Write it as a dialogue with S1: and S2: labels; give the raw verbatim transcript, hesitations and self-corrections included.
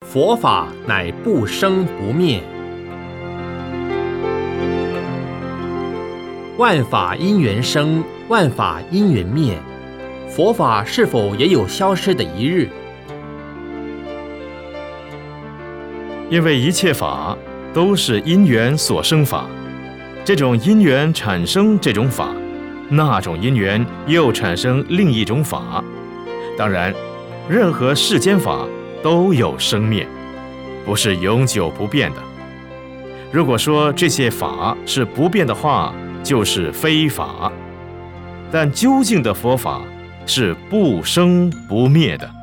S1: 佛法乃不生不灭。万法因缘生，万法因缘灭，佛法是否也有消失的一日？
S2: 因为一切法都是因缘所生法，这种因缘产生这种法，那种因缘又产生另一种法。当然，任何世间法都有生灭，不是永久不变的。如果说这些法是不变的话，就是非法。但究竟的佛法是不生不灭的。